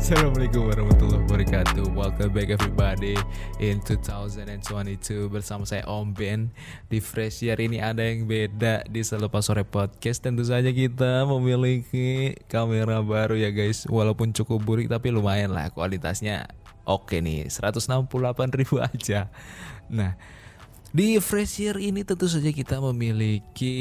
Assalamualaikum warahmatullahi wabarakatuh. Welcome back everybody in 2022 bersama saya Om Ben. Di Fresh Year ini ada yang beda di Selepas Sore Podcast. Tentu saja kita memiliki kamera baru ya guys. Walaupun cukup burik tapi lumayan lah kualitasnya. Oke nih 168.000 aja. Nah di Fresh Year ini tentu saja kita memiliki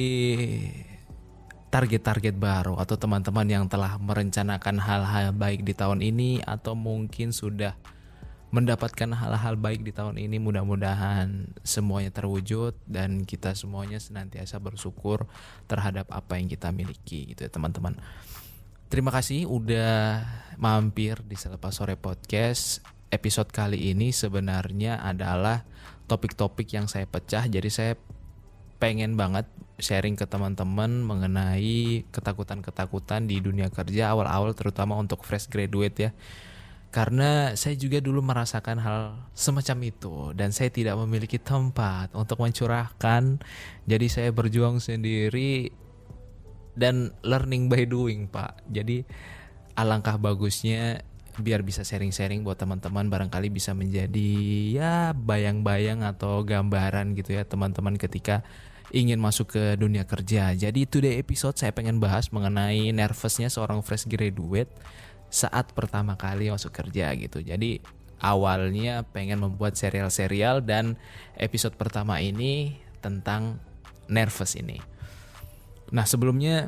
target-target baru atau teman-teman yang telah merencanakan hal-hal baik di tahun ini atau mungkin sudah mendapatkan hal-hal baik di tahun ini, mudah-mudahan semuanya terwujud dan kita semuanya senantiasa bersyukur terhadap apa yang kita miliki gitu ya teman-teman. Terima kasih udah mampir di Selepas Sore Podcast. Episode kali ini sebenarnya adalah topik-topik yang saya pecah, jadi saya pengen banget sharing ke teman-teman mengenai ketakutan-ketakutan di dunia kerja awal-awal, terutama untuk fresh graduate ya. Karena saya juga dulu merasakan hal semacam itu dan saya tidak memiliki tempat untuk mencurahkan. Jadi saya berjuang sendiri dan learning by doing, Pak. Jadi alangkah bagusnya biar bisa sharing-sharing buat teman-teman, barangkali bisa menjadi ya bayang-bayang atau gambaran gitu ya teman-teman ketika ingin masuk ke dunia kerja. Jadi today episode saya pengen bahas mengenai nervousnya seorang fresh graduate saat pertama kali masuk kerja gitu. Jadi awalnya pengen membuat serial-serial dan episode pertama ini tentang nervous ini. Nah sebelumnya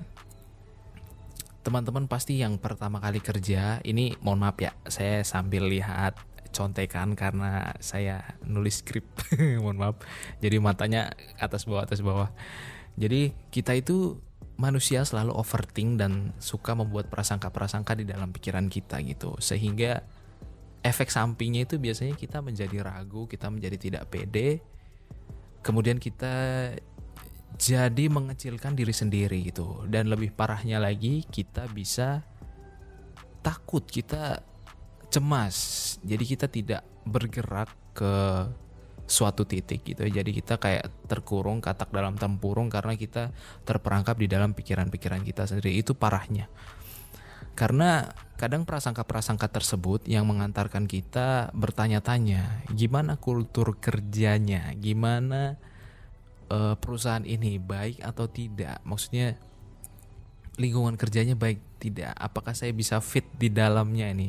teman-teman pasti yang pertama kali kerja, ini mohon maaf ya, saya sambil lihat contekan karena saya nulis skrip. Mohon maaf. Jadi matanya atas bawah. Jadi kita itu manusia selalu overthink dan suka membuat prasangka-prasangka di dalam pikiran kita gitu. Sehingga efek sampingnya itu biasanya kita menjadi ragu, kita menjadi tidak pede. Kemudian kita jadi mengecilkan diri sendiri gitu. Dan lebih parahnya lagi kita bisa takut, kita cemas. Jadi kita tidak bergerak ke suatu titik gitu. Jadi kita kayak terkurung, katak dalam tempurung karena kita terperangkap di dalam pikiran-pikiran kita sendiri. Itu parahnya. Karena kadang prasangka-prasangka tersebut yang mengantarkan kita bertanya-tanya, gimana kultur kerjanya, gimana perusahaan ini baik atau tidak. Maksudnya lingkungan kerjanya baik tidak, apakah saya bisa fit di dalamnya ini.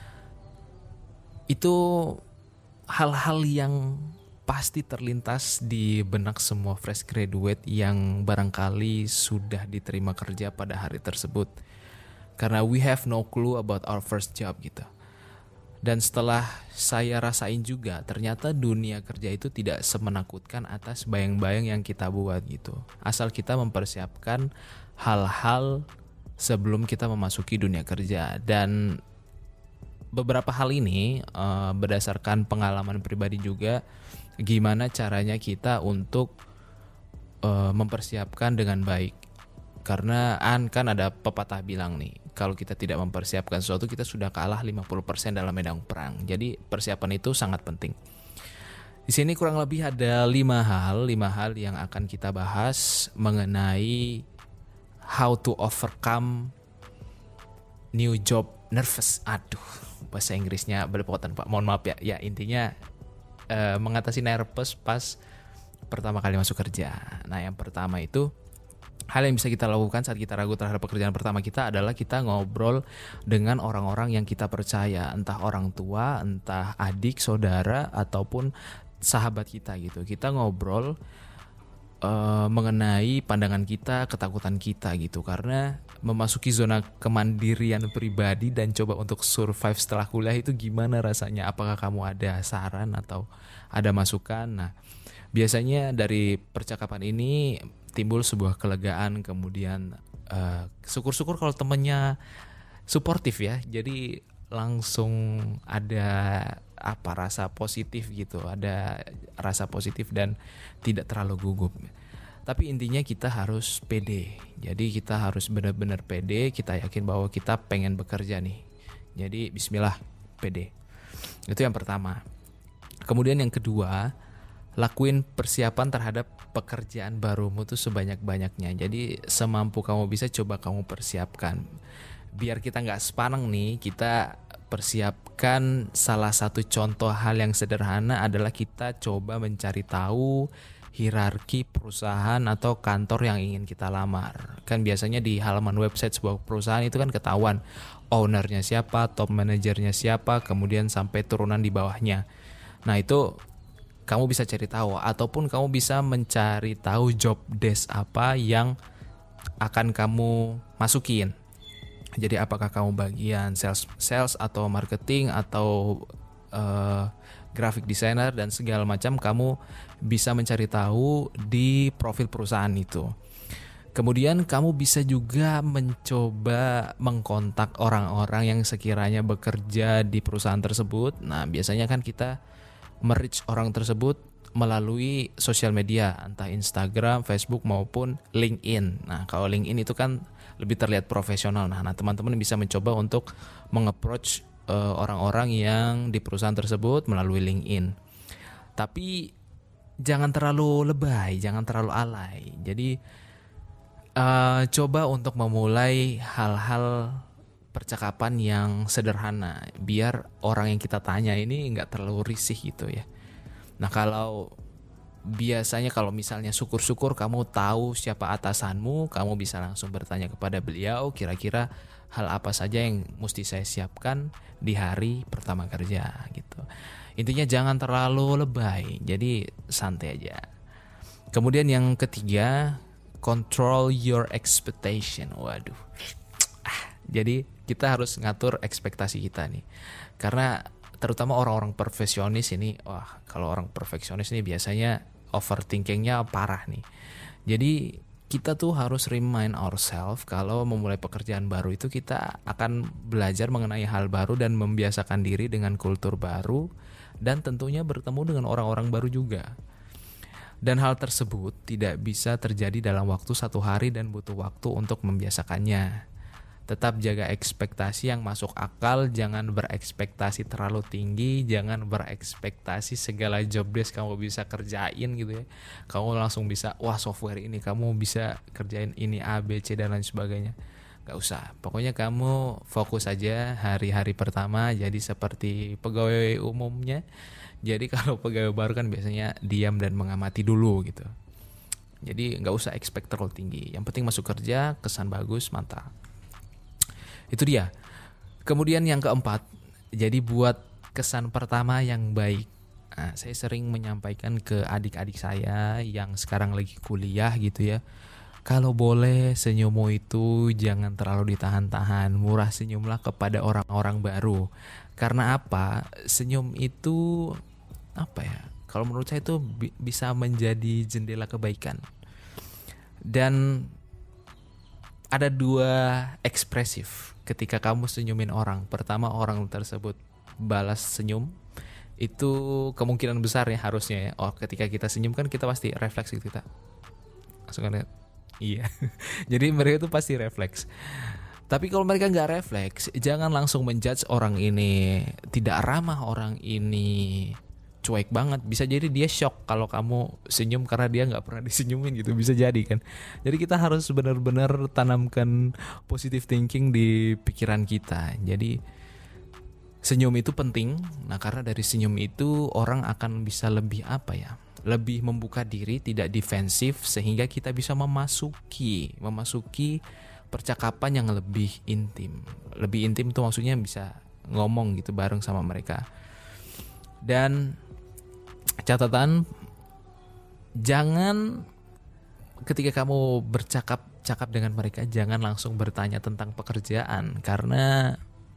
Itu hal-hal yang pasti terlintas di benak semua fresh graduate yang barangkali sudah diterima kerja pada hari tersebut. Karena we have no clue about our first job gitu. Dan setelah saya rasain juga, ternyata dunia kerja itu tidak semenakutkan atas bayang-bayang yang kita buat gitu. Asal kita mempersiapkan hal-hal sebelum kita memasuki dunia kerja. Dan beberapa hal ini berdasarkan pengalaman pribadi juga, gimana caranya kita untuk mempersiapkan dengan baik. Karena kan ada pepatah bilang nih, kalau kita tidak mempersiapkan sesuatu kita sudah kalah 50% dalam medan perang. Jadi persiapan itu sangat penting. Di sini kurang lebih ada 5 hal yang akan kita bahas mengenai how to overcome new job nervous. Aduh, bahasa Inggrisnya belepotan Pak. Mohon maaf ya. Ya intinya mengatasi nervous pas pertama kali masuk kerja. Nah, yang pertama itu hal yang bisa kita lakukan saat kita ragu terhadap pekerjaan pertama kita adalah kita ngobrol dengan orang-orang yang kita percaya, entah orang tua, entah adik, saudara, ataupun sahabat kita gitu. Kita ngobrol mengenai pandangan kita, ketakutan kita gitu. Karena memasuki zona kemandirian pribadi dan coba untuk survive setelah kuliah itu gimana rasanya? Apakah kamu ada saran atau ada masukan? Nah, biasanya dari percakapan ini timbul sebuah kelegaan, kemudian syukur-syukur kalau temennya suportif ya. Jadi langsung ada rasa positif gitu, ada rasa positif dan tidak terlalu gugup. Tapi intinya kita harus pede. Jadi kita harus benar-benar pede, kita yakin bahwa kita pengen bekerja nih. Jadi bismillah, pede. Itu yang pertama. Kemudian yang kedua, lakuin persiapan terhadap pekerjaan barumu tuh sebanyak-banyaknya. Jadi semampu kamu bisa coba kamu persiapkan. Biar kita gak sepaneng nih, kita persiapkan salah satu contoh hal yang sederhana adalah kita coba mencari tahu hierarki perusahaan atau kantor yang ingin kita lamar. Kan biasanya di halaman website sebuah perusahaan itu kan ketahuan ownernya siapa, top manajernya siapa, kemudian sampai turunan di bawahnya. Nah itu kamu bisa cari tahu, ataupun kamu bisa mencari tahu job desk apa yang akan kamu masukin. Jadi apakah kamu bagian sales atau marketing atau graphic designer dan segala macam, kamu bisa mencari tahu di profil perusahaan itu. Kemudian kamu bisa juga mencoba mengkontak orang-orang yang sekiranya bekerja di perusahaan tersebut. Nah biasanya kan kita merich orang tersebut melalui sosial media, entah Instagram, Facebook maupun LinkedIn. Nah, kalau LinkedIn itu kan lebih terlihat profesional. Nah, teman-teman bisa mencoba untuk meng-approach orang-orang yang di perusahaan tersebut melalui LinkedIn. Tapi jangan terlalu lebay, jangan terlalu alay. Jadi coba untuk memulai hal-hal percakapan yang sederhana, biar orang yang kita tanya ini nggak terlalu risih gitu ya. Nah kalau biasanya kalau misalnya syukur-syukur kamu tahu siapa atasanmu, kamu bisa langsung bertanya kepada beliau kira-kira hal apa saja yang mesti saya siapkan di hari pertama kerja gitu. Intinya jangan terlalu lebay, jadi santai aja. Kemudian yang ketiga, control your expectation. Waduh. Jadi kita harus ngatur ekspektasi kita nih. Karena terutama orang-orang perfeksionis ini, kalau orang perfeksionis ini biasanya overthinkingnya parah nih. Jadi kita tuh harus remind ourselves kalau memulai pekerjaan baru itu kita akan belajar mengenai hal baru dan membiasakan diri dengan kultur baru dan tentunya bertemu dengan orang-orang baru juga. Dan hal tersebut tidak bisa terjadi dalam waktu 1 hari dan butuh waktu untuk membiasakannya. Tetap jaga ekspektasi yang masuk akal, jangan berekspektasi terlalu tinggi, jangan berekspektasi segala job desk kamu bisa kerjain gitu ya. Kamu langsung bisa, software ini kamu bisa kerjain ini A, B, C dan lain sebagainya. Gak usah, pokoknya kamu fokus aja hari-hari pertama jadi seperti pegawai umumnya. Jadi kalau pegawai baru kan biasanya diam dan mengamati dulu gitu. Jadi gak usah expect terlalu tinggi, yang penting masuk kerja, kesan bagus, mantap. Itu dia. Kemudian yang keempat, jadi buat kesan pertama yang baik. Nah, saya sering menyampaikan ke adik-adik saya yang sekarang lagi kuliah gitu ya. Kalau boleh senyummu itu jangan terlalu ditahan-tahan, murah senyumlah kepada orang-orang baru. Karena apa? Senyum itu kalau menurut saya itu bisa menjadi jendela kebaikan. Dan ada 2 ekspresif ketika kamu senyumin orang. Pertama, orang tersebut balas senyum. Itu kemungkinan besar ya harusnya ya. Ketika kita senyum kan kita pasti refleks gitu, kita langsung lihat. Iya. Jadi mereka itu pasti refleks. Tapi kalau mereka nggak refleks, jangan langsung menjudge orang ini tidak ramah, orang ini cuek banget. Bisa jadi dia shock kalau kamu senyum karena dia nggak pernah disenyumin gitu, bisa jadi kan. Jadi kita harus benar-benar tanamkan positive thinking di pikiran kita. Jadi senyum itu penting. Nah karena dari senyum itu orang akan bisa lebih lebih membuka diri, tidak defensif, sehingga kita bisa memasuki percakapan yang lebih intim. Lebih intim itu maksudnya bisa ngomong gitu bareng sama mereka. Dan catatan, jangan ketika kamu bercakap dengan mereka jangan langsung bertanya tentang pekerjaan, karena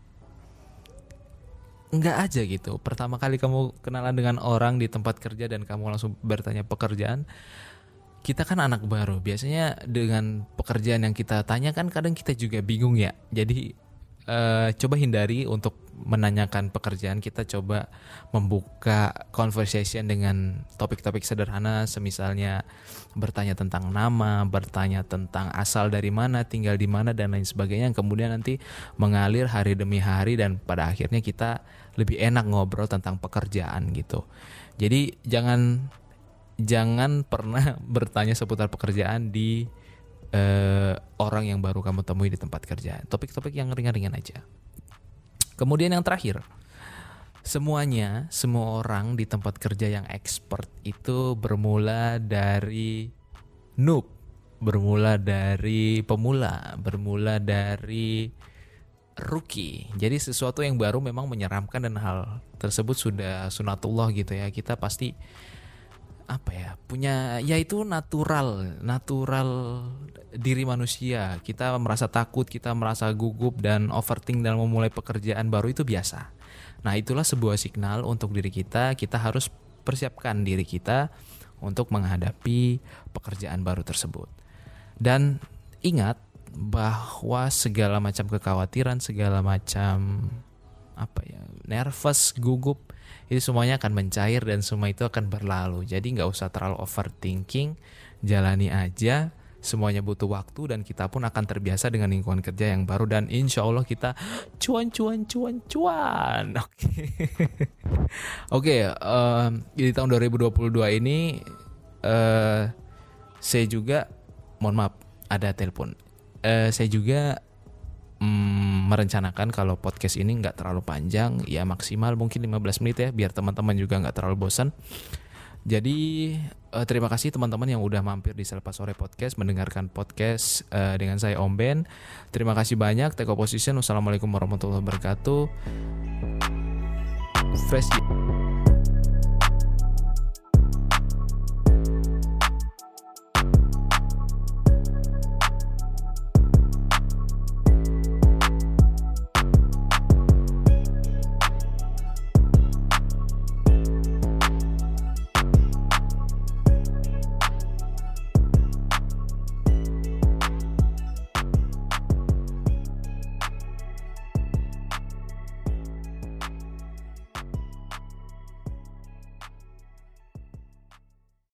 enggak aja gitu. Pertama kali kamu kenalan dengan orang di tempat kerja dan kamu langsung bertanya pekerjaan. Kita kan anak baru, biasanya dengan pekerjaan yang kita tanya kan kadang kita juga bingung ya. Jadi coba hindari untuk menanyakan pekerjaan. Kita coba membuka conversation dengan topik-topik sederhana, semisalnya bertanya tentang nama, bertanya tentang asal dari mana, tinggal di mana dan lain sebagainya, yang kemudian nanti mengalir hari demi hari dan pada akhirnya kita lebih enak ngobrol tentang pekerjaan gitu. Jadi jangan pernah bertanya seputar pekerjaan di orang yang baru kamu temui di tempat kerja. Topik-topik yang ringan-ringan aja. Kemudian yang terakhir, semua orang di tempat kerja yang expert itu bermula dari noob, bermula dari pemula, bermula dari rookie. Jadi sesuatu yang baru memang menyeramkan dan hal tersebut sudah sunatullah gitu ya. Kita pasti punya yaitu natural diri manusia. Kita merasa takut, kita merasa gugup dan overthink dalam memulai pekerjaan baru itu biasa. Nah, itulah sebuah signal untuk diri kita harus persiapkan diri kita untuk menghadapi pekerjaan baru tersebut. Dan ingat bahwa segala macam kekhawatiran, segala macam nervous, gugup, itu semuanya akan mencair dan semua itu akan berlalu. Jadi gak usah terlalu overthinking, jalani aja. Semuanya butuh waktu dan kita pun akan terbiasa dengan lingkungan kerja yang baru dan insya Allah kita cuan. Oke, di tahun 2022 ini saya juga, mohon maaf ada telepon. Saya juga merencanakan kalau podcast ini nggak terlalu panjang, ya maksimal mungkin 15 menit ya, biar teman-teman juga nggak terlalu bosan. Jadi terima kasih teman-teman yang udah mampir di Selepas Sore Podcast, mendengarkan podcast dengan saya Om Ben. Terima kasih banyak. Take a position. Wassalamualaikum warahmatullahi wabarakatuh. Fresh.